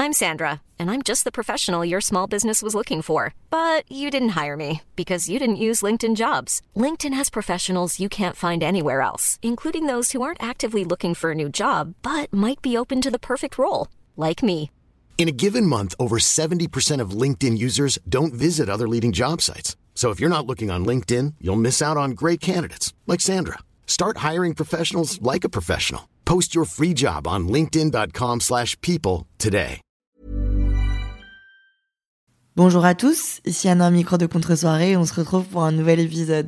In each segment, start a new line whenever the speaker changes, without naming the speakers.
I'm Sandra, and I'm just the professional your small business was looking for. But you didn't hire me because you didn't use LinkedIn Jobs. LinkedIn has professionals you can't find anywhere else, including those who aren't actively looking for a new job, but might be open to the perfect role, like me.
In a given month, over 70% of LinkedIn users don't visit other leading job sites. So if you're not looking on LinkedIn, you'll miss out on great candidates like Sandra. Start hiring professionals like a professional. Post your free job on linkedin.com/people today.
Bonjour à tous, ici Anna, micro de Contre-soirée, et on se retrouve pour un nouvel épisode.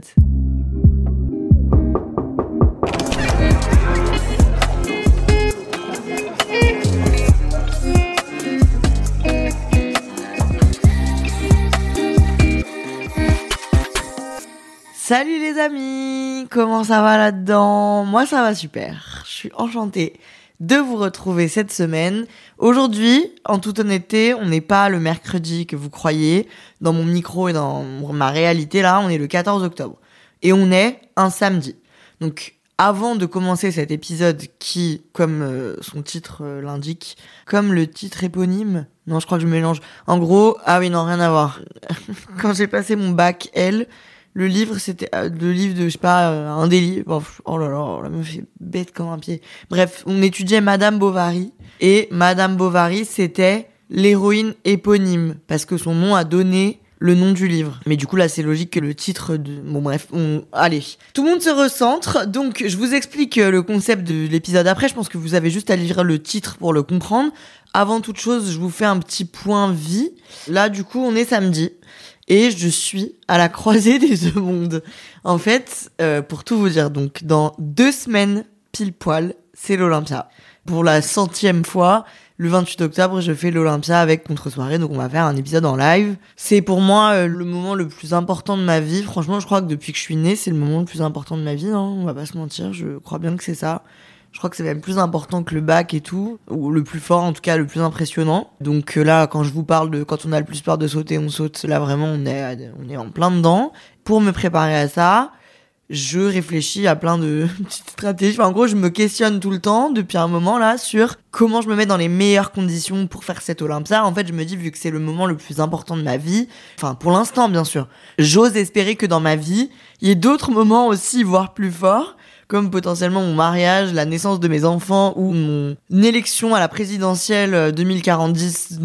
Salut les amis, comment ça va là-dedans ? Moi ça va super, je suis enchantée de vous retrouver cette semaine. Aujourd'hui, en toute honnêteté, on n'est pas le mercredi que vous croyez. Dans mon micro et dans ma réalité là, on est le 14 octobre. Et on est un samedi. Donc avant de commencer cet épisode qui, comme son titre l'indique, comme le titre éponyme... Non, je crois que je mélange. En gros, ah oui non, rien à voir. Quand j'ai passé mon bac L... Le livre, c'était le livre de, je sais pas, un délit. Bon, oh là là, la meuf est bête comme un pied. Bref, on étudiait Madame Bovary. Et Madame Bovary, c'était l'héroïne éponyme. Parce que son nom a donné le nom du livre. Mais du coup, là, c'est logique que le titre de... Bon, bref, allez. Tout le monde se recentre. Donc, je vous explique le concept de l'épisode après. Je pense que vous avez juste à lire le titre pour le comprendre. Avant toute chose, je vous fais un petit point vie. Là, du coup, on est samedi. Et je suis à la croisée des deux mondes. En fait, pour tout vous dire, donc dans 2 semaines, pile poil, c'est l'Olympia. Pour la 100e fois, le 28 octobre, je fais l'Olympia avec Contre-soirée, donc on va faire un épisode en live. C'est pour moi le moment le plus important de ma vie. Franchement, je crois que depuis que je suis née, c'est le moment le plus important de ma vie, hein. On va pas se mentir, je crois bien que c'est ça. Je crois que c'est même plus important que le bac et tout, ou le plus fort, en tout cas le plus impressionnant. Donc là, quand je vous parle de quand on a le plus peur de sauter, on saute. Là, vraiment, on est en plein dedans. Pour me préparer à ça, je réfléchis à plein de petites stratégies. Enfin, en gros, je me questionne tout le temps, depuis un moment là, sur comment je me mets dans les meilleures conditions pour faire cette Olympia. En fait, je me dis, vu que c'est le moment le plus important de ma vie, enfin, pour l'instant, bien sûr, j'ose espérer que dans ma vie, il y ait d'autres moments aussi, voire plus forts, comme potentiellement mon mariage, la naissance de mes enfants ou mon élection à la présidentielle 2040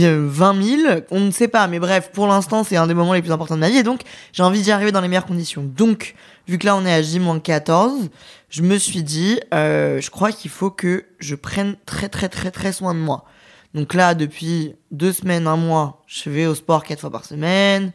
20 000. On ne sait pas, mais bref, pour l'instant, c'est un des moments les plus importants de ma vie et donc j'ai envie d'y arriver dans les meilleures conditions. Donc, vu que là, on est à J-14, je me suis dit, je crois qu'il faut que je prenne très, très, très, très soin de moi. Donc là, depuis 2 semaines, 1 mois, je vais au sport 4 fois par semaine.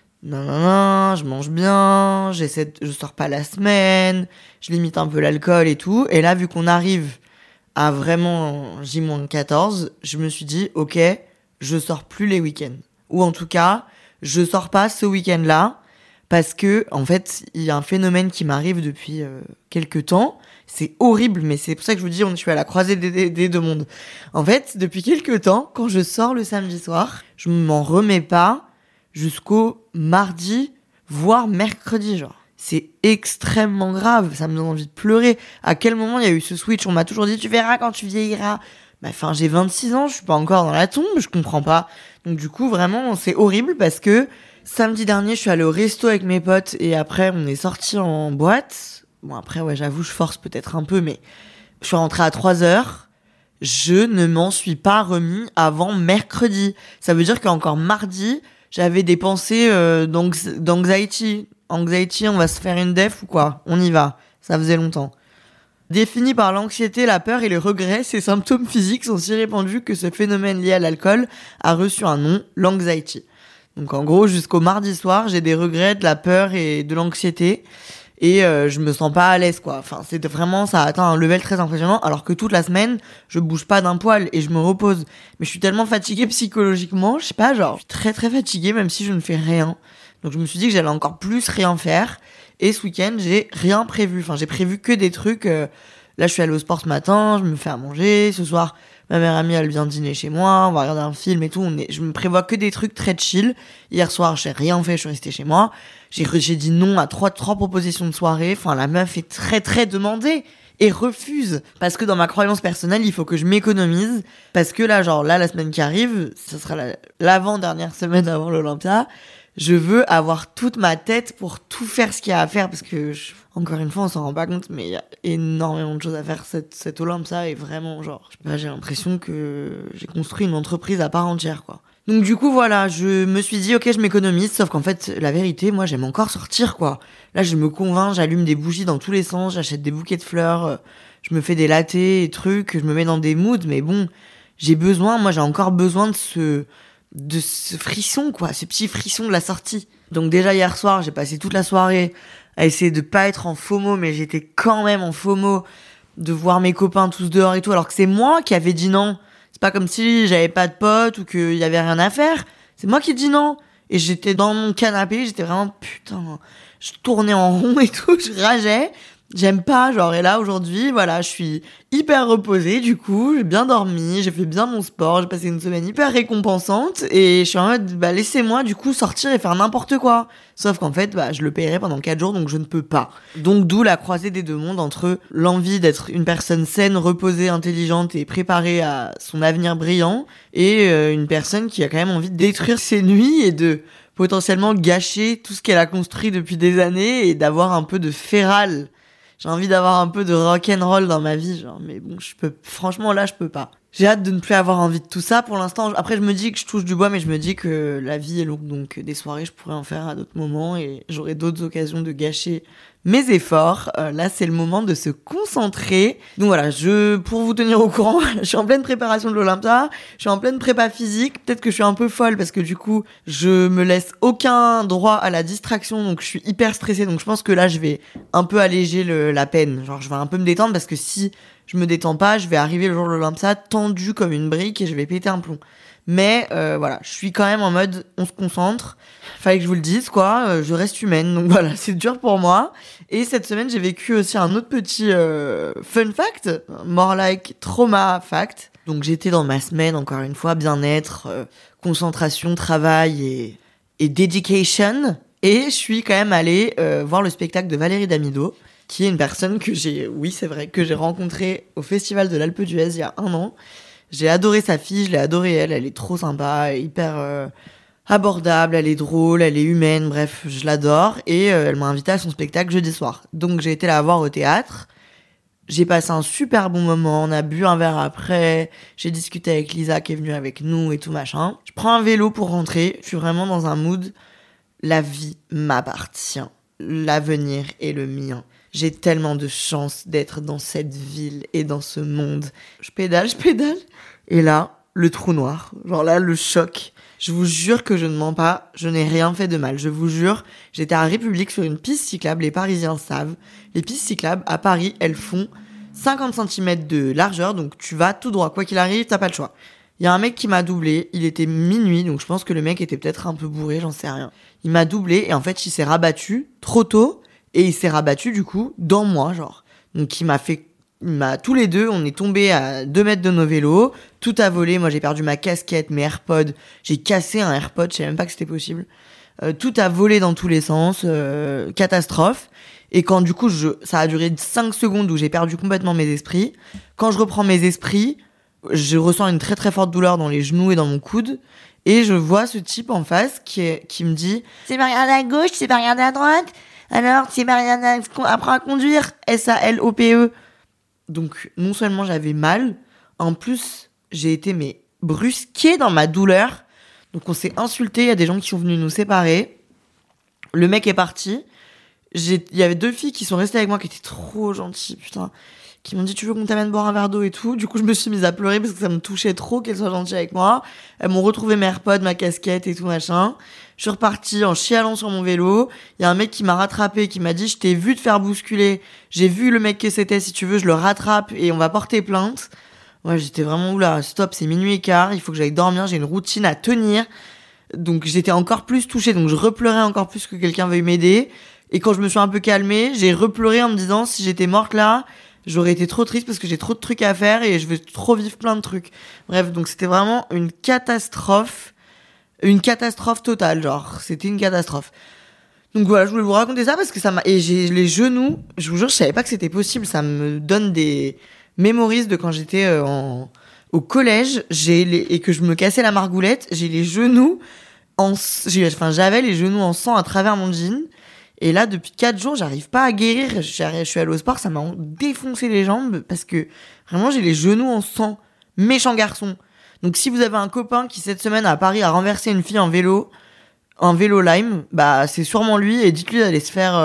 Je mange bien, je sors pas la semaine, je limite un peu l'alcool et tout. Et là, vu qu'on arrive à vraiment J-14, je me suis dit, ok, je sors plus les week-ends. Ou en tout cas, je sors pas ce week-end-là, parce que, en fait, il y a un phénomène qui m'arrive depuis quelques temps. C'est horrible, mais c'est pour ça que je vous dis, je suis à la croisée des deux mondes. En fait, depuis quelques temps, quand je sors le samedi soir, je m'en remets pas jusqu'au mardi, voire mercredi, genre. C'est extrêmement grave, ça me donne envie de pleurer. À quel moment il y a eu ce switch ? On m'a toujours dit, tu verras quand tu vieilliras. Enfin, j'ai 26 ans, je suis pas encore dans la tombe, je comprends pas. Donc du coup, vraiment, c'est horrible parce que samedi dernier, je suis allée au resto avec mes potes et après, on est sortis en boîte. Bon, après, ouais, j'avoue, je force peut-être un peu, mais je suis rentrée à 3h. Je ne m'en suis pas remis avant mercredi. Ça veut dire qu'encore mardi, j'avais des pensées d'anxiety. Anxiety, on va se faire une def ou quoi ? On y va. Ça faisait longtemps. Défini par l'anxiété, la peur et le regret, ces symptômes physiques sont si répandus que ce phénomène lié à l'alcool a reçu un nom, l'anxiety. Donc en gros, jusqu'au mardi soir, j'ai des regrets, de la peur et de l'anxiété. Et je me sens pas à l'aise, quoi. Enfin, c'était vraiment, ça a atteint un level très impressionnant, alors que toute la semaine, je bouge pas d'un poil et je me repose. Mais je suis tellement fatiguée psychologiquement, je sais pas, genre, je suis très très fatiguée même si je ne fais rien. Donc je me suis dit que j'allais encore plus rien faire. Et ce week-end, j'ai rien prévu. Enfin, j'ai prévu que des trucs. Là, je suis allée au sport ce matin, je me fais à manger. Ce soir, ma meilleure amie, elle vient dîner chez moi, on va regarder un film et tout. Je me prévois que des trucs très chill. Hier soir, j'ai rien fait, je suis restée chez moi. J'ai dit non à trois propositions de soirée. Enfin, la meuf est très très demandée. et refuse. Parce que dans ma croyance personnelle, il faut que je m'économise. Parce que là, la semaine qui arrive, ce sera l'avant-dernière semaine avant l'Olympia. Je veux avoir toute ma tête pour tout faire ce qu'il y a à faire. Parce que, encore une fois, on s'en rend pas compte, mais il y a énormément de choses à faire cette Olympia. Et vraiment, j'ai l'impression que j'ai construit une entreprise à part entière, quoi. Donc du coup, voilà, je me suis dit, ok, je m'économise, sauf qu'en fait, la vérité, moi, j'aime encore sortir, quoi. Là, je me convainc, j'allume des bougies dans tous les sens, j'achète des bouquets de fleurs, je me fais des lattés et trucs, je me mets dans des moods, mais bon, j'ai encore besoin de ce frisson, quoi, ce petit frisson de la sortie. Donc déjà, hier soir, j'ai passé toute la soirée à essayer de pas être en FOMO, mais j'étais quand même en FOMO de voir mes copains tous dehors et tout, alors que c'est moi qui avais dit non. C'est pas comme si j'avais pas de potes ou qu'il y avait rien à faire. C'est moi qui dis non. Et j'étais dans mon canapé, j'étais vraiment, putain, je tournais en rond et tout, je rageais. J'aime pas, et là, aujourd'hui, voilà, je suis hyper reposée, du coup, j'ai bien dormi, j'ai fait bien mon sport, j'ai passé une semaine hyper récompensante, et je suis en mode, laissez-moi, du coup, sortir et faire n'importe quoi. Sauf qu'en fait, je le paierai pendant 4 jours, donc je ne peux pas. Donc, d'où la croisée des deux mondes entre l'envie d'être une personne saine, reposée, intelligente et préparée à son avenir brillant, et une personne qui a quand même envie de détruire ses nuits et de potentiellement gâcher tout ce qu'elle a construit depuis des années et d'avoir un peu de féral. J'ai envie d'avoir un peu de rock'n'roll dans ma vie, mais bon, franchement, là, je peux pas. J'ai hâte de ne plus avoir envie de tout ça pour l'instant. Après, je me dis que je touche du bois, mais je me dis que la vie est longue, donc des soirées, je pourrais en faire à d'autres moments et j'aurai d'autres occasions de gâcher mes efforts. Là, c'est le moment de se concentrer. Donc voilà, pour vous tenir au courant, je suis en pleine préparation de l'Olympia, je suis en pleine prépa physique. Peut-être que je suis un peu folle parce que du coup, je me laisse aucun droit à la distraction, donc je suis hyper stressée. Donc je pense que là, je vais un peu alléger la peine. Je vais un peu me détendre parce que si je me détends pas, je vais arriver le jour de l'Olympia tendue comme une brique et je vais péter un plomb. Mais voilà, je suis quand même en mode on se concentre. Fallait que je vous le dise, quoi. Je reste humaine, donc voilà, c'est dur pour moi. Et cette semaine, j'ai vécu aussi un autre petit fun fact, more like trauma fact. Donc j'étais dans ma semaine, encore une fois, bien-être, concentration, travail et dedication. Et je suis quand même allée voir le spectacle de Valérie Damido, qui est une personne que j'ai rencontrée au Festival de l'Alpe d'Huez il y a 1 an. J'ai adoré sa fille, je l'ai adorée elle est trop sympa, hyper abordable, elle est drôle, elle est humaine, bref, je l'adore. Et elle m'a invitée à son spectacle jeudi soir. Donc j'ai été la voir au théâtre. J'ai passé un super bon moment, on a bu un verre après, j'ai discuté avec Lisa qui est venue avec nous et tout machin. Je prends un vélo pour rentrer, je suis vraiment dans un mood, la vie m'appartient, l'avenir est le mien. J'ai tellement de chance d'être dans cette ville et dans ce monde. Je pédale, et là, le trou noir, là, le choc. Je vous jure que je ne mens pas, je n'ai rien fait de mal. Je vous jure, j'étais à République sur une piste cyclable, les Parisiens savent. Les pistes cyclables, à Paris, elles font 50 cm de largeur, donc tu vas tout droit. Quoi qu'il arrive, t'as pas le choix. Il y a un mec qui m'a doublé, il était minuit, donc je pense que le mec était peut-être un peu bourré, j'en sais rien. Il m'a doublé, et en fait, il s'est rabattu trop tôt, et il s'est rabattu, du coup, dans moi, Donc, tous les deux, on est tombés à 2 mètres de nos vélos, tout a volé, moi j'ai perdu ma casquette, mes AirPods, j'ai cassé un AirPod, je savais même pas que c'était possible. Tout a volé dans tous les sens, catastrophe. Et quand du coup, ça a duré 5 secondes où j'ai perdu complètement mes esprits. Quand je reprends mes esprits, je ressens une très très forte douleur dans les genoux et dans mon coude. Et je vois ce type en face qui me dit « C'est pas regarder à gauche, c'est pas regarder à droite. Alors, c'est pas regarder apprends à conduire. SALOPE. » Donc, non seulement j'avais mal, en plus, j'ai été brusquée dans ma douleur. Donc, on s'est insultés, il y a des gens qui sont venus nous séparer. Le mec est parti. Il y avait 2 filles qui sont restées avec moi, qui étaient trop gentilles, putain, qui m'ont dit « Tu veux qu'on t'amène boire un verre d'eau et tout ?» Du coup, je me suis mise à pleurer parce que ça me touchait trop qu'elles soient gentilles avec moi. Elles m'ont retrouvé mes AirPods, ma casquette et tout machin. Je suis repartie en chialant sur mon vélo. Il y a un mec qui m'a rattrapé, qui m'a dit « Je t'ai vu te faire bousculer. J'ai vu le mec que c'était. Si tu veux, je le rattrape et on va porter plainte. » Ouais, j'étais vraiment, oula, stop, c'est 00h15. Il faut que j'aille dormir. J'ai une routine à tenir. Donc, j'étais encore plus touchée. Donc, je repleurais encore plus que quelqu'un veuille m'aider. Et quand je me suis un peu calmée, j'ai repleuré en me disant « Si j'étais morte là, j'aurais été trop triste parce que j'ai trop de trucs à faire et je vais trop vivre plein de trucs. » Bref, donc c'était vraiment une catastrophe totale, c'était une catastrophe. Donc voilà, je voulais vous raconter ça parce que ça m'a... Et j'ai les genoux, je vous jure, je savais pas que c'était possible. Ça me donne des mémories de quand j'étais au collège et que je me cassais la margoulette. J'ai les genoux j'avais les genoux en sang à travers mon jean. Et là, depuis 4 jours, j'arrive pas à guérir. Je suis allée au sport, ça m'a défoncé les jambes parce que vraiment, j'ai les genoux en sang. Méchant garçon. Donc si vous avez un copain qui, cette semaine, à Paris, a renversé une fille en vélo Lime, bah c'est sûrement lui et dites-lui d'aller se faire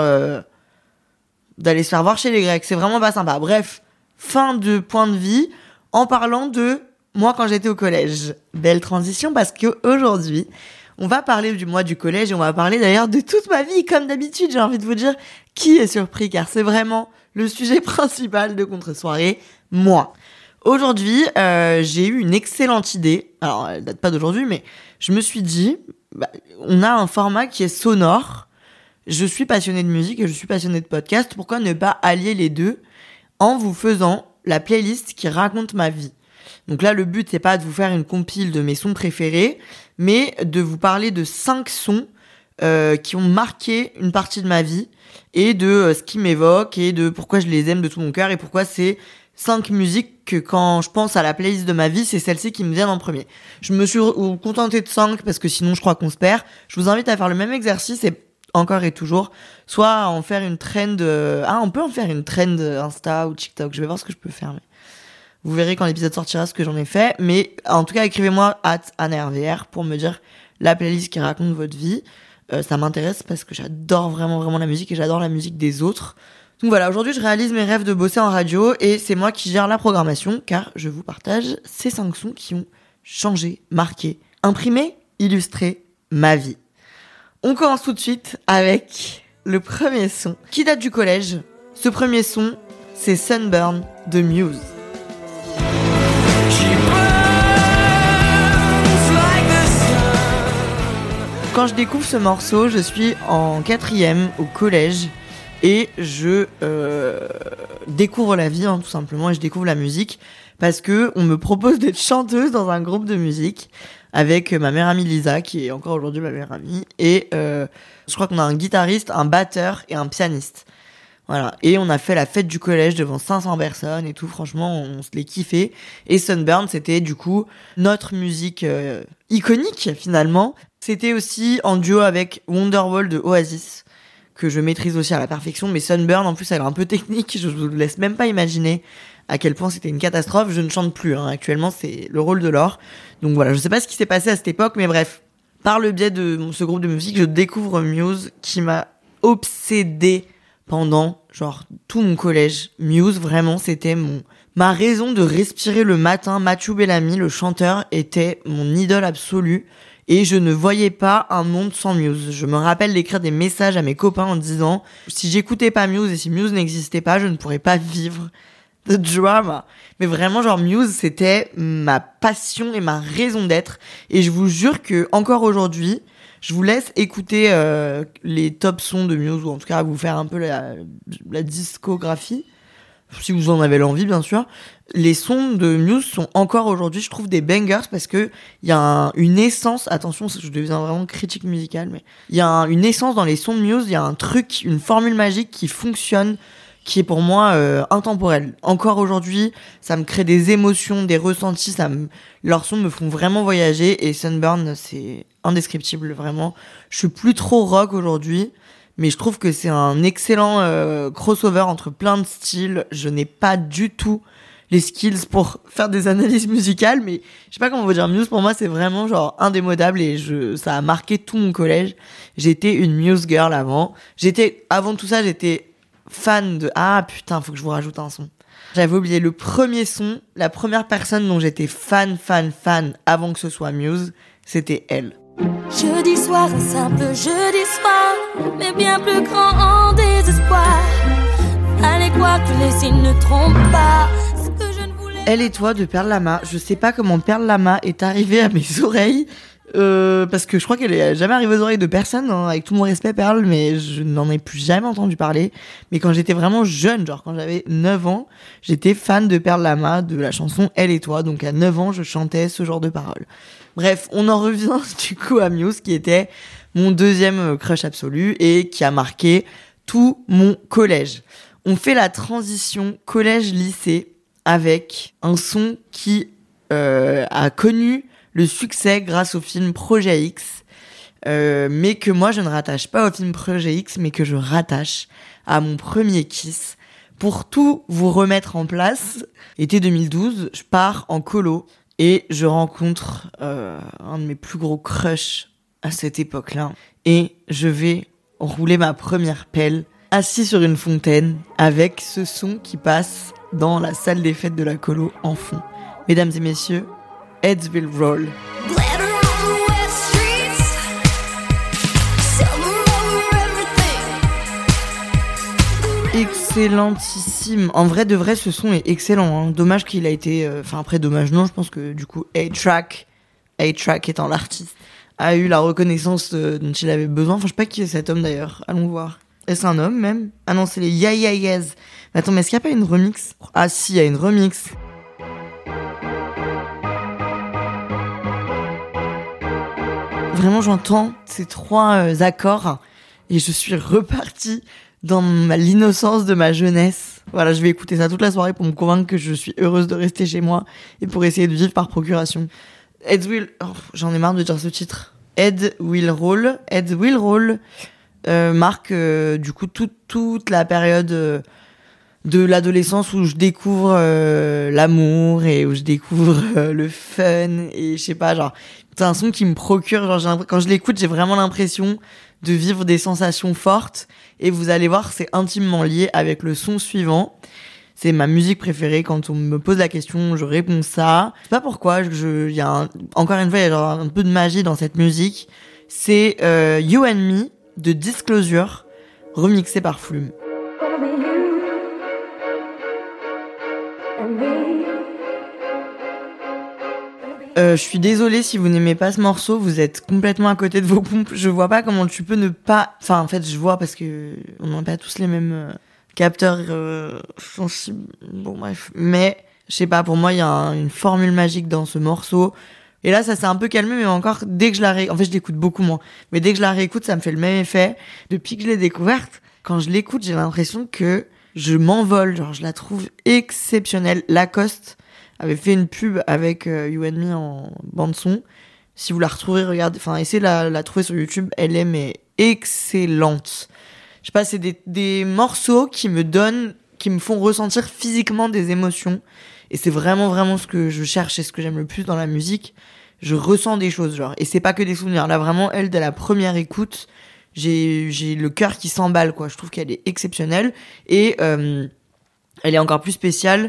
voir chez les Grecs. C'est vraiment pas sympa. Bref, fin de point de vie en parlant de moi quand j'étais au collège. Belle transition parce qu'aujourd'hui, on va parler du mois du collège et on va parler d'ailleurs de toute ma vie. Comme d'habitude, j'ai envie de vous dire qui est surpris car c'est vraiment le sujet principal de Contre-soirée, moi. Aujourd'hui, j'ai eu une excellente idée. Alors, elle date pas d'aujourd'hui, mais je me suis dit, on a un format qui est sonore. Je suis passionnée de musique et je suis passionnée de podcast. Pourquoi ne pas allier les deux en vous faisant la playlist qui raconte ma vie? Donc là, le but, c'est pas de vous faire une compile de mes sons préférés, mais de vous parler de 5 sons qui ont marqué une partie de ma vie et de ce qui m'évoque et de pourquoi je les aime de tout mon cœur et pourquoi c'est 5 musiques que quand je pense à la playlist de ma vie, c'est celle-ci qui me viennent en premier. Je me suis contentée de 5 parce que sinon je crois qu'on se perd. Je vous invite à faire le même exercice et encore et toujours, soit à en faire une trend... on peut en faire une trend Insta ou TikTok, je vais voir ce que je peux faire. Mais vous verrez quand l'épisode sortira ce que j'en ai fait. Mais en tout cas, écrivez-moi @AnnaRVR pour me dire la playlist qui raconte votre vie. Ça m'intéresse parce que j'adore vraiment, vraiment la musique et j'adore la musique des autres. Donc voilà, aujourd'hui je réalise mes rêves de bosser en radio et c'est moi qui gère la programmation car je vous partage ces 5 sons qui ont changé, marqué, imprimé, illustré ma vie. On commence tout de suite avec le premier son qui date du collège. Ce premier son, c'est Sunburn de Muse. Quand je découvre ce morceau, je suis en 4e au collège. Et je découvre la vie, tout simplement, et je découvre la musique parce que on me propose d'être chanteuse dans un groupe de musique avec ma meilleure amie Lisa, qui est encore aujourd'hui ma meilleure amie, et je crois qu'on a un guitariste, un batteur et un pianiste. Voilà. Et on a fait la fête du collège devant 500 personnes et tout, franchement, on se l'est kiffé. Et Sunburn, c'était du coup notre musique iconique, finalement. C'était aussi en duo avec Wonderwall de Oasis, que je maîtrise aussi à la perfection, mais Sunburn, en plus, elle est un peu technique, je vous laisse même pas imaginer à quel point c'était une catastrophe. Je ne chante plus, actuellement, c'est le rôle de l'or. Donc voilà, je sais pas ce qui s'est passé à cette époque, mais bref, par le biais de ce groupe de musique, je découvre Muse, qui m'a obsédée pendant, tout mon collège. Muse, vraiment, c'était ma raison de respirer le matin. Matthew Bellamy, le chanteur, était mon idole absolue. Et je ne voyais pas un monde sans Muse. Je me rappelle d'écrire des messages à mes copains en disant si j'écoutais pas Muse et si Muse n'existait pas, je ne pourrais pas vivre de drama. Mais vraiment, Muse, c'était ma passion et ma raison d'être. Et je vous jure que encore aujourd'hui, je vous laisse écouter les top sons de Muse, ou en tout cas vous faire un peu la discographie, si vous en avez l'envie, bien sûr. Les sons de Muse sont encore aujourd'hui, je trouve, des bangers parce que il y a une essence, attention, je deviens vraiment critique musicale, mais il y a une essence dans les sons de Muse, il y a un truc, une formule magique qui fonctionne, qui est pour moi intemporelle. Encore aujourd'hui, ça me crée des émotions, des ressentis, leurs sons me font vraiment voyager, et Sunburn, c'est indescriptible, vraiment. Je suis plus trop rock aujourd'hui, mais je trouve que c'est un excellent crossover entre plein de styles. Je n'ai pas du tout les skills pour faire des analyses musicales, mais je sais pas comment vous dire. Muse, pour moi, c'est vraiment indémodable et ça a marqué tout mon collège. J'étais une Muse girl avant tout ça, j'étais fan de... Ah putain, faut que je vous rajoute un son. J'avais oublié le premier son, la première personne dont j'étais fan avant que ce soit Muse, c'était elle.
Jeudi soir, un simple jeudi soir, mais bien plus grand en désespoir. Allez croire que les signes ne trompent pas. Ce que je ne voulais...
Elle et toi de Pearl Lama. Je sais pas comment Pearl Lama est arrivée à mes oreilles. parce que je crois qu'elle est jamais arrivée aux oreilles de personne, hein, avec tout mon respect Perle, mais je n'en ai plus jamais entendu parler. Mais quand j'étais vraiment jeune, genre quand j'avais 9 ans, j'étais fan de Perle Lama, de la chanson Elle et toi, donc à 9 ans je chantais ce genre de paroles. Bref, on en revient du coup à Muse, qui était mon deuxième crush absolu et qui a marqué tout mon collège. On fait la transition collège-lycée avec un son qui a connu le succès grâce au film Projet X, mais que moi je ne rattache pas au film Projet X, mais que je rattache à mon premier kiss. Pour tout vous remettre en place, été 2012, je pars en colo et je rencontre un de mes plus gros crushs à cette époque-là, et je vais rouler ma première pelle assis sur une fontaine avec ce son qui passe dans la salle des fêtes de la colo en fond. Mesdames et messieurs, Heads Will Roll. Excellentissime. En vrai de vrai, ce son est excellent, hein. Dommage qu'il a été... Enfin après, dommage non, je pense que du coup, A-Track étant l'artiste, a eu la reconnaissance dont il avait besoin. Enfin, je sais pas qui est cet homme d'ailleurs. Allons voir. Est-ce un homme même ? Ah non, c'est les Yeah Yeah Yeahs. Mais attends, mais est-ce qu'il n'y a pas une remix ? Ah si, il y a une remix. Vraiment, j'entends ces 3 accords et je suis repartie dans l'innocence de ma jeunesse. Voilà, je vais écouter ça toute la soirée pour me convaincre que je suis heureuse de rester chez moi et pour essayer de vivre par procuration. Heads Will... Oh, j'en ai marre de dire ce titre. Heads Will Roll marque du coup toute la période de l'adolescence où je découvre l'amour et où je découvre le fun et je sais pas, genre c'est un son qui me procure, genre quand je l'écoute j'ai vraiment l'impression de vivre des sensations fortes, et vous allez voir c'est intimement lié avec le son suivant. C'est ma musique préférée. Quand on me pose la question, je réponds ça. Je sais pas pourquoi, encore une fois, il y a genre un peu de magie dans cette musique. C'est You and Me de Disclosure, remixé par Flume. Je suis désolée si vous n'aimez pas ce morceau, vous êtes complètement à côté de vos pompes. Je vois pas comment tu peux ne pas... Enfin, en fait, je vois parce que on n'a pas tous les mêmes capteurs sensibles. Bon, bref. Mais, je sais pas, pour moi, il y a une formule magique dans ce morceau. Et là, ça s'est un peu calmé, mais encore, dès que je la réécoute... En fait, je l'écoute beaucoup moins. Mais dès que je la réécoute, ça me fait le même effet. Depuis que je l'ai découverte, quand je l'écoute, j'ai l'impression que je m'envole. Genre, je la trouve exceptionnelle. Lacoste avait fait une pub avec You and Me en bande-son. Si vous la retrouvez, regardez, enfin, essayez de la trouver sur YouTube. Elle est, mais excellente. Je sais pas, c'est des morceaux qui me font ressentir physiquement des émotions. Et c'est vraiment, vraiment ce que je cherche et ce que j'aime le plus dans la musique. Je ressens des choses, genre. Et c'est pas que des souvenirs. Là, vraiment, elle, dès la première écoute, j'ai le cœur qui s'emballe, quoi. Je trouve qu'elle est exceptionnelle. Et elle est encore plus spéciale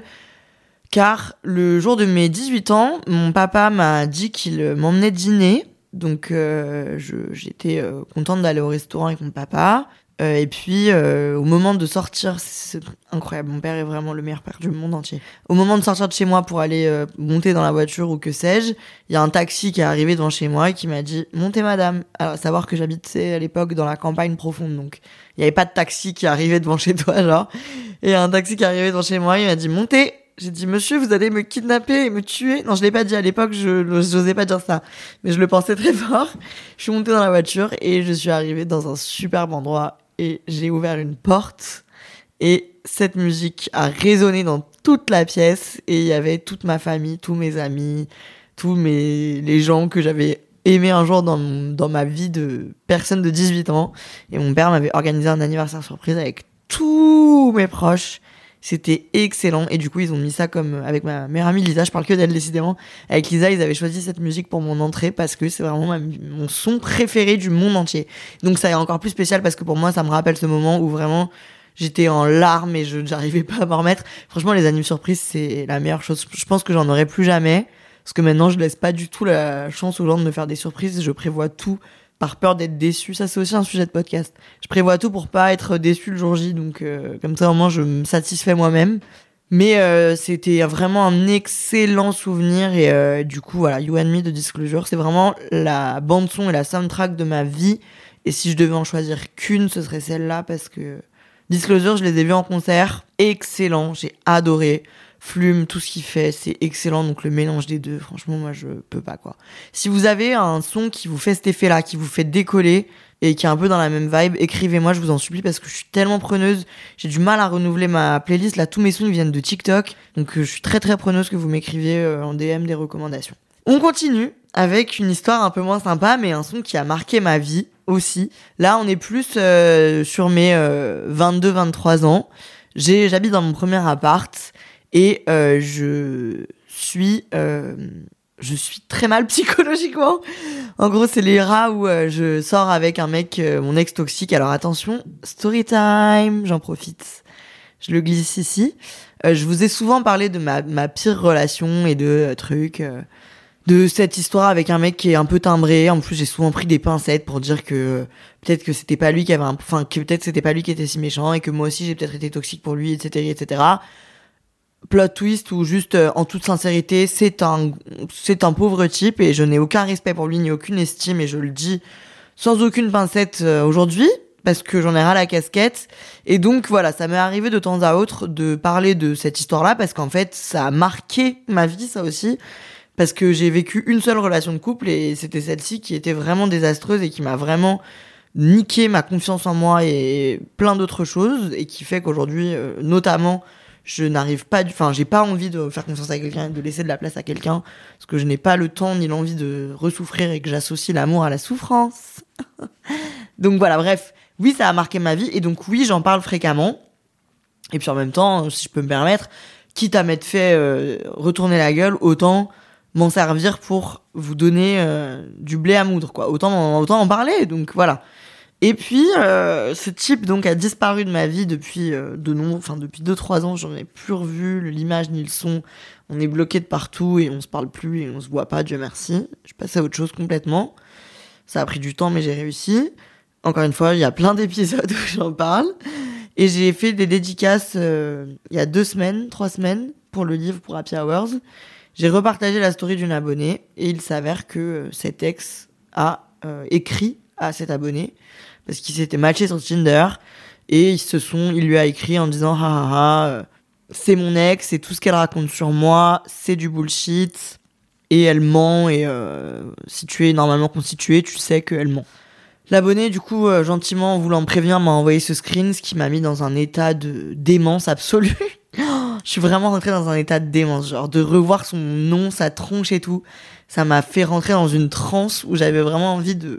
car le jour de mes 18 ans, mon papa m'a dit qu'il m'emmenait dîner. Donc, j'étais contente d'aller au restaurant avec mon papa. Et puis, au moment de sortir, c'est incroyable, mon père est vraiment le meilleur père du monde entier. Au moment de sortir de chez moi pour aller monter dans la voiture ou que sais-je, il y a un taxi qui est arrivé devant chez moi et qui m'a dit « Montez madame ». Alors, savoir que j'habitais à l'époque dans la campagne profonde, donc il n'y avait pas de taxi qui arrivait devant chez toi, genre. Et un taxi qui est arrivé devant chez moi, il m'a dit « Montez ». J'ai dit « Monsieur, vous allez me kidnapper et me tuer ». Non, je l'ai pas dit à l'époque, j'osais pas dire ça. Mais je le pensais très fort. Je suis montée dans la voiture et je suis arrivée dans un superbe endroit. Et j'ai ouvert une porte et cette musique a résonné dans toute la pièce et il y avait toute ma famille, tous mes amis, les gens que j'avais aimés un jour dans ma vie de personne de 18 ans. Et mon père m'avait organisé un anniversaire surprise avec tous mes proches. C'était excellent. Et du coup, ils ont mis ça comme avec ma meilleure amie Lisa. Je parle que d'elle, décidément. Avec Lisa, ils avaient choisi cette musique pour mon entrée parce que c'est vraiment mon son préféré du monde entier. Donc, ça est encore plus spécial parce que pour moi, ça me rappelle ce moment où vraiment j'étais en larmes et je n'arrivais pas à m'en remettre. Franchement, les animes surprises, c'est la meilleure chose. Je pense que j'en aurai plus jamais parce que maintenant, je laisse pas du tout la chance aux gens de me faire des surprises. Je prévois tout par peur d'être déçu. Ça, c'est aussi un sujet de podcast. Je prévois tout pour pas être déçu le jour J. Donc, comme ça, au moins, je me satisfais moi-même. Mais c'était vraiment un excellent souvenir. Et du coup, voilà, You and Me de Disclosure, c'est vraiment la bande-son et la soundtrack de ma vie. Et si je devais en choisir qu'une, ce serait celle-là, parce que Disclosure, je les ai vus en concert. Excellent, j'ai adoré. Flume, tout ce qu'il fait, c'est excellent. Donc le mélange des deux, franchement, moi, je peux pas, quoi. Si vous avez un son qui vous fait cet effet-là, qui vous fait décoller et qui est un peu dans la même vibe, écrivez-moi, je vous en supplie, parce que je suis tellement preneuse. J'ai du mal à renouveler ma playlist. Là, tous mes sons viennent de TikTok. Donc je suis très très preneuse que vous m'écriviez en DM des recommandations. On continue avec une histoire un peu moins sympa, mais un son qui a marqué ma vie aussi. Là, on est plus sur mes 22-23 ans. J'habite dans mon premier appart et je suis très mal psychologiquement. En gros, c'est les rats où je sors avec un mec, mon ex toxique. Alors attention, story time, j'en profite. Je le glisse ici. Je vous ai souvent parlé de ma pire relation et de trucs... de cette histoire avec un mec qui est un peu timbré. En plus, j'ai souvent pris des pincettes pour dire que peut-être que c'était pas lui qui avait que peut-être c'était pas lui qui était si méchant et que moi aussi j'ai peut-être été toxique pour lui, etc., etc. Plot twist ou juste en toute sincérité, c'est un pauvre type et je n'ai aucun respect pour lui ni aucune estime et je le dis sans aucune pincette aujourd'hui parce que j'en ai ras la casquette. Et donc voilà, ça m'est arrivé de temps à autre de parler de cette histoire-là parce qu'en fait, ça a marqué ma vie, ça aussi. Parce que j'ai vécu une seule relation de couple et c'était celle-ci qui était vraiment désastreuse et qui m'a vraiment niqué ma confiance en moi et plein d'autres choses et qui fait qu'aujourd'hui, notamment, j'ai pas envie de faire confiance à quelqu'un et de laisser de la place à quelqu'un parce que je n'ai pas le temps ni l'envie de ressouffrir et que j'associe l'amour à la souffrance. Donc voilà, bref, oui, ça a marqué ma vie et donc oui, j'en parle fréquemment. Et puis en même temps, si je peux me permettre, quitte à m'être fait retourner la gueule, autant m'en servir pour vous donner du blé à moudre, quoi. Autant en parler, donc voilà. Et puis, ce type donc a disparu de ma vie depuis depuis 2-3 ans, j'en ai plus revu l'image ni le son. On est bloqué de partout et on se parle plus et on se voit pas, Dieu merci. Je passe à autre chose complètement. Ça a pris du temps, mais j'ai réussi. Encore une fois, il y a plein d'épisodes où j'en parle. Et j'ai fait des dédicaces il y a 3 semaines, pour le livre, pour Happy Hours. J'ai repartagé la story d'une abonnée et il s'avère que cet ex a écrit à cet abonné parce qu'il s'était matché sur Tinder et il lui a écrit en disant c'est mon ex, c'est tout ce qu'elle raconte sur moi, c'est du bullshit et elle ment et si tu es normalement constitué, tu sais qu'elle ment. L'abonné, du coup, gentiment, en voulant me prévenir, m'a envoyé ce screen, ce qui m'a mis dans un état de démence absolue. Je suis vraiment rentrée dans un état de démence, genre de revoir son nom, sa tronche et tout. Ça m'a fait rentrer dans une transe où j'avais vraiment envie de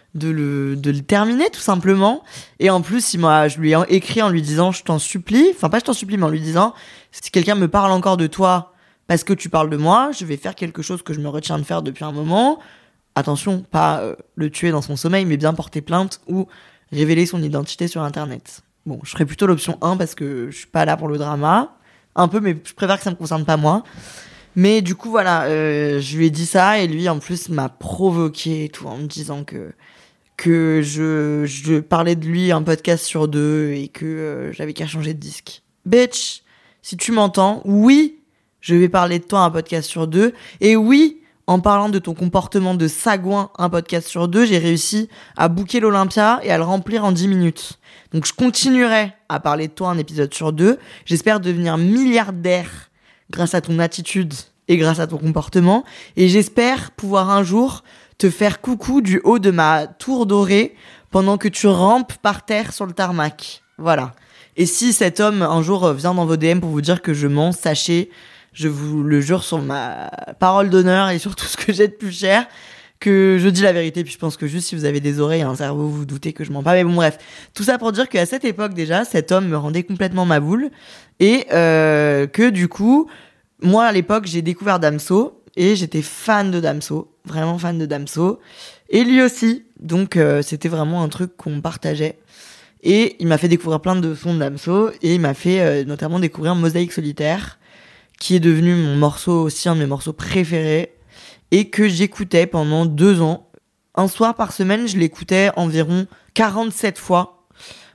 le terminer, tout simplement. Et en plus, je lui ai écrit en lui disant, je t'en supplie, enfin pas je t'en supplie, mais en lui disant, si quelqu'un me parle encore de toi parce que tu parles de moi, je vais faire quelque chose que je me retiens de faire depuis un moment. Attention, pas le tuer dans son sommeil, mais bien porter plainte ou révéler son identité sur Internet. Bon, je ferais plutôt l'option 1 parce que je suis pas là pour le drama. Un peu, mais je préfère que ça me concerne pas moi. Mais du coup, voilà, je lui ai dit ça et lui, en plus, m'a provoqué et tout en me disant que je parlais de lui un podcast sur 2 et que j'avais qu'à changer de disque. Bitch, si tu m'entends, oui, je vais parler de toi un podcast sur 2. Et oui, en parlant de ton comportement de sagouin un podcast sur 2, j'ai réussi à booker l'Olympia et à le remplir en 10 minutes. Donc je continuerai à parler de toi un épisode sur 2. J'espère devenir milliardaire grâce à ton attitude et grâce à ton comportement. Et j'espère pouvoir un jour te faire coucou du haut de ma tour dorée pendant que tu rampes par terre sur le tarmac. Voilà. Et si cet homme un jour vient dans vos DM pour vous dire que je mens, sachez, je vous le jure sur ma parole d'honneur et sur tout ce que j'ai de plus cher, que je dis la vérité. Puis je pense que juste si vous avez des oreilles et un cerveau, vous doutez que je mens pas. Mais bon, bref. Tout ça pour dire qu'à cette époque déjà, cet homme me rendait complètement ma boule. Et que du coup, moi à l'époque, j'ai découvert Damso. Et j'étais fan de Damso. Vraiment fan de Damso. Et lui aussi. Donc c'était vraiment un truc qu'on partageait. Et il m'a fait découvrir plein de sons de Damso. Et il m'a fait notamment découvrir Mosaïque Solitaire, qui est devenu mon morceau aussi, un de mes morceaux préférés. Et que j'écoutais pendant 2 ans. Un soir par semaine, je l'écoutais environ 47 fois.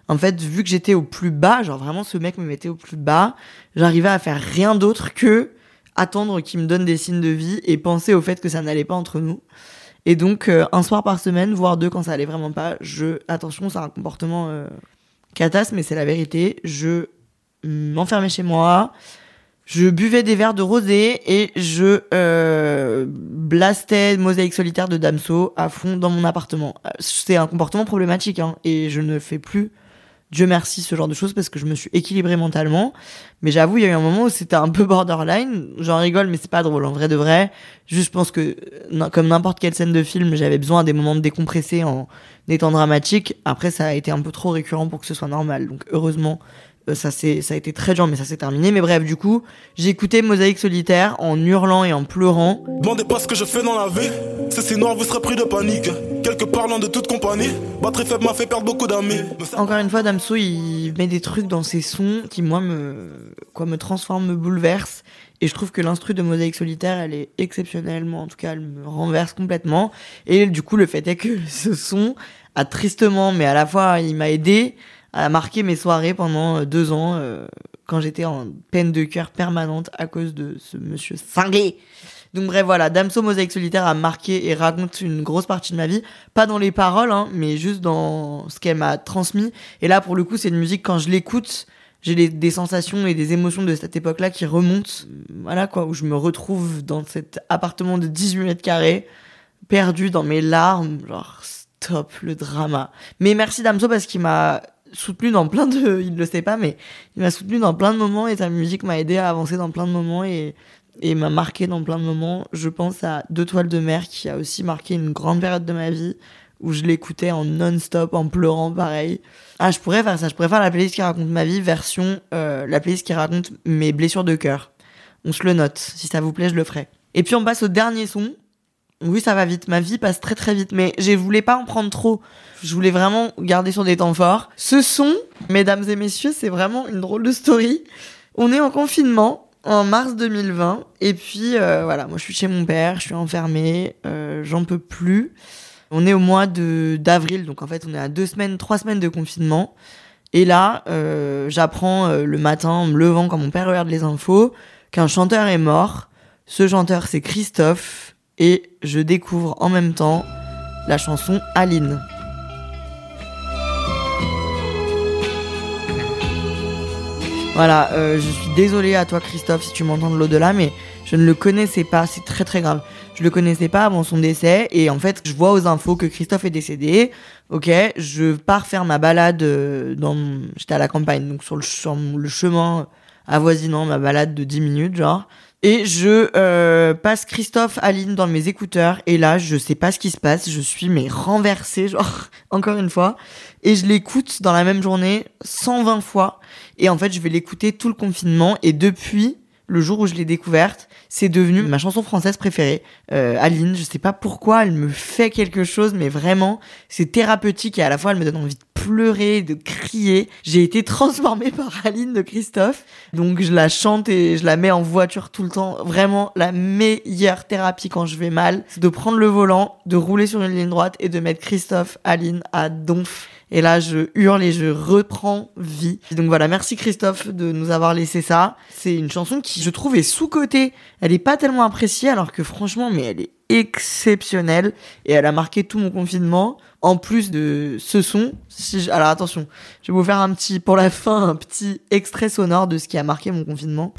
En fait, vu que j'étais au plus bas, genre vraiment ce mec me mettait au plus bas, j'arrivais à faire rien d'autre que attendre qu'il me donne des signes de vie et penser au fait que ça n'allait pas entre nous. Et donc, un soir par semaine, voire 2 quand ça allait vraiment pas, attention, c'est un comportement catasse, mais c'est la vérité, je m'enfermais chez moi, je buvais des verres de rosé et je blastais Mosaïque solitaire de Damso à fond dans mon appartement. C'est un comportement problématique, hein, et je ne fais plus, Dieu merci, ce genre de choses parce que je me suis équilibrée mentalement. Mais j'avoue, il y a eu un moment où c'était un peu borderline. J'en rigole, mais c'est pas drôle. En vrai de vrai, juste je pense que, comme n'importe quelle scène de film, j'avais besoin des moments de décompresser en étant dramatique. Après, ça a été un peu trop récurrent pour que ce soit normal. Donc heureusement, ça a été très dur, mais ça s'est terminé. Mais bref, du coup, j'ai écouté Mosaïque solitaire en hurlant et en pleurant.
Demandez pas ce que je fais dans la vie. C'est noir, vous serez pris de panique. Quelque parlant de toute compagnie. Batterie faible m'a fait perdre beaucoup d'amis.
Encore une fois, Damso, il met des trucs dans ses sons qui, moi, me transforment, me bouleversent. Et je trouve que l'instru de Mosaïque solitaire, elle est exceptionnellement, en tout cas, elle me renverse complètement. Et du coup, le fait est que ce son a tristement, mais à la fois, il m'a aidé à marquer mes soirées pendant 2 ans, quand j'étais en peine de cœur permanente à cause de ce monsieur cinglé. Donc bref, voilà, Damso Mosaïque solitaire a marqué et raconte une grosse partie de ma vie. Pas dans les paroles, hein, mais juste dans ce qu'elle m'a transmis. Et là, pour le coup, c'est une musique, quand je l'écoute, j'ai des sensations et des émotions de cette époque-là qui remontent. Voilà quoi, où je me retrouve dans cet appartement de 18 mètres carrés, perdu dans mes larmes, genre stop, le drama. Mais merci Damso parce qu'il m'a soutenu dans plein de... Il le sait pas, mais il m'a soutenu dans plein de moments et sa musique m'a aidé à avancer dans plein de moments et m'a marqué dans plein de moments. Je pense à 2 toiles de mer qui a aussi marqué une grande période de ma vie où je l'écoutais en non-stop, en pleurant, pareil. Ah, je pourrais faire ça. Je pourrais faire la playlist qui raconte ma vie, version la playlist qui raconte mes blessures de cœur. On se le note. Si ça vous plaît, je le ferai. Et puis on passe au dernier son. Oui, ça va vite. Ma vie passe très très vite. Mais je voulais pas en prendre trop. Je voulais vraiment garder sur des temps forts. Ce son, mesdames et messieurs, c'est vraiment une drôle de story. On est en confinement en mars 2020. Et puis, voilà, moi je suis chez mon père, je suis enfermée, j'en peux plus. On est au mois d'avril, donc en fait on est à 3 semaines de confinement. Et là, j'apprends le matin en me levant quand mon père regarde les infos qu'un chanteur est mort. Ce chanteur, c'est Christophe. Et je découvre en même temps la chanson Aline. Voilà, je suis désolée à toi Christophe si tu m'entends de l'au-delà, mais je ne le connaissais pas, c'est très très grave. Je le connaissais pas avant son décès, et en fait, je vois aux infos que Christophe est décédé. Ok, je pars faire ma balade j'étais à la campagne, donc sur le chemin avoisinant ma balade de 10 minutes, genre. Et je passe Christophe Aline dans mes écouteurs, et là, je sais pas ce qui se passe, je suis renversée, genre, encore une fois. Et je l'écoute dans la même journée 120 fois. Et en fait, je vais l'écouter tout le confinement, et depuis le jour où je l'ai découverte, c'est devenu ma chanson française préférée. Aline, je sais pas pourquoi, elle me fait quelque chose, mais vraiment, c'est thérapeutique et à la fois, elle me donne envie de pleurer, de crier. J'ai été transformée par Aline de Christophe, donc je la chante et je la mets en voiture tout le temps. Vraiment, la meilleure thérapie quand je vais mal, c'est de prendre le volant, de rouler sur une ligne droite et de mettre Christophe, Aline à donf. Et là, je hurle et je reprends vie. Donc voilà, merci Christophe de nous avoir laissé ça. C'est une chanson qui, je trouve, est sous-cotée. Elle est pas tellement appréciée, alors que franchement, mais elle est exceptionnelle. Et elle a marqué tout mon confinement. En plus de ce son, alors attention, je vais vous faire pour la fin, un petit extrait sonore de ce qui a marqué mon confinement.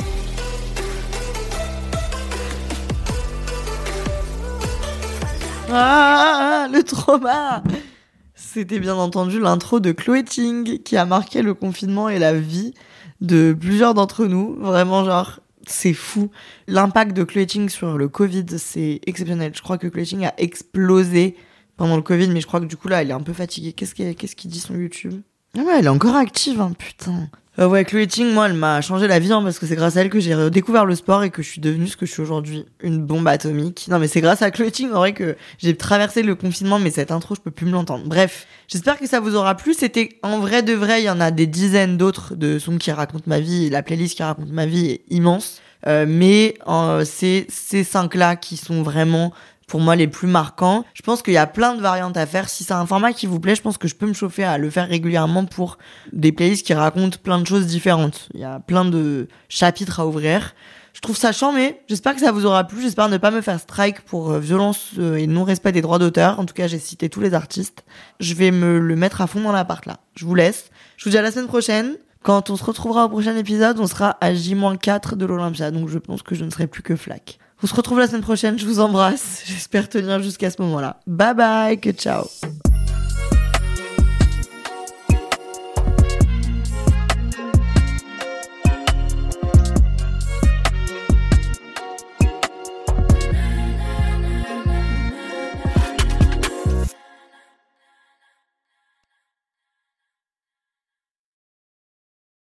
Ah, le trauma! C'était bien entendu l'intro de Chloé Ting qui a marqué le confinement et la vie de plusieurs d'entre nous. Vraiment, genre, c'est fou. L'impact de Chloé Ting sur le Covid, c'est exceptionnel. Je crois que Chloé Ting a explosé pendant le Covid, mais je crois que du coup, là, elle est un peu fatiguée. Qu'est-ce qu'il dit sur YouTube ? Ah ouais, elle est encore active, hein, putain. Ouais, Chloé Ting, moi, elle m'a changé la vie, hein, parce que c'est grâce à elle que j'ai redécouvert le sport et que je suis devenue ce que je suis aujourd'hui. Une bombe atomique. Non, mais c'est grâce à Chloé Ting, en vrai, que j'ai traversé le confinement, mais cette intro, je peux plus me l'entendre. Bref. J'espère que ça vous aura plu. C'était, en vrai de vrai, il y en a des dizaines d'autres de sons qui racontent ma vie, et la playlist qui raconte ma vie est immense. Mais c'est ces 5-là qui sont vraiment pour moi les plus marquants. Je pense qu'il y a plein de variantes à faire. Si c'est un format qui vous plaît, je pense que je peux me chauffer à le faire régulièrement pour des playlists qui racontent plein de choses différentes. Il y a plein de chapitres à ouvrir. Je trouve ça charmé. J'espère que ça vous aura plu. J'espère ne pas me faire strike pour violence et non-respect des droits d'auteur. En tout cas, j'ai cité tous les artistes. Je vais me le mettre à fond dans l'appart là. Je vous laisse. Je vous dis à la semaine prochaine. Quand on se retrouvera au prochain épisode, on sera à J-4 de l'Olympia. Donc je pense que je ne serai plus que flac. On se retrouve la semaine prochaine. Je vous embrasse. J'espère tenir jusqu'à ce moment-là. Bye bye. Que ciao.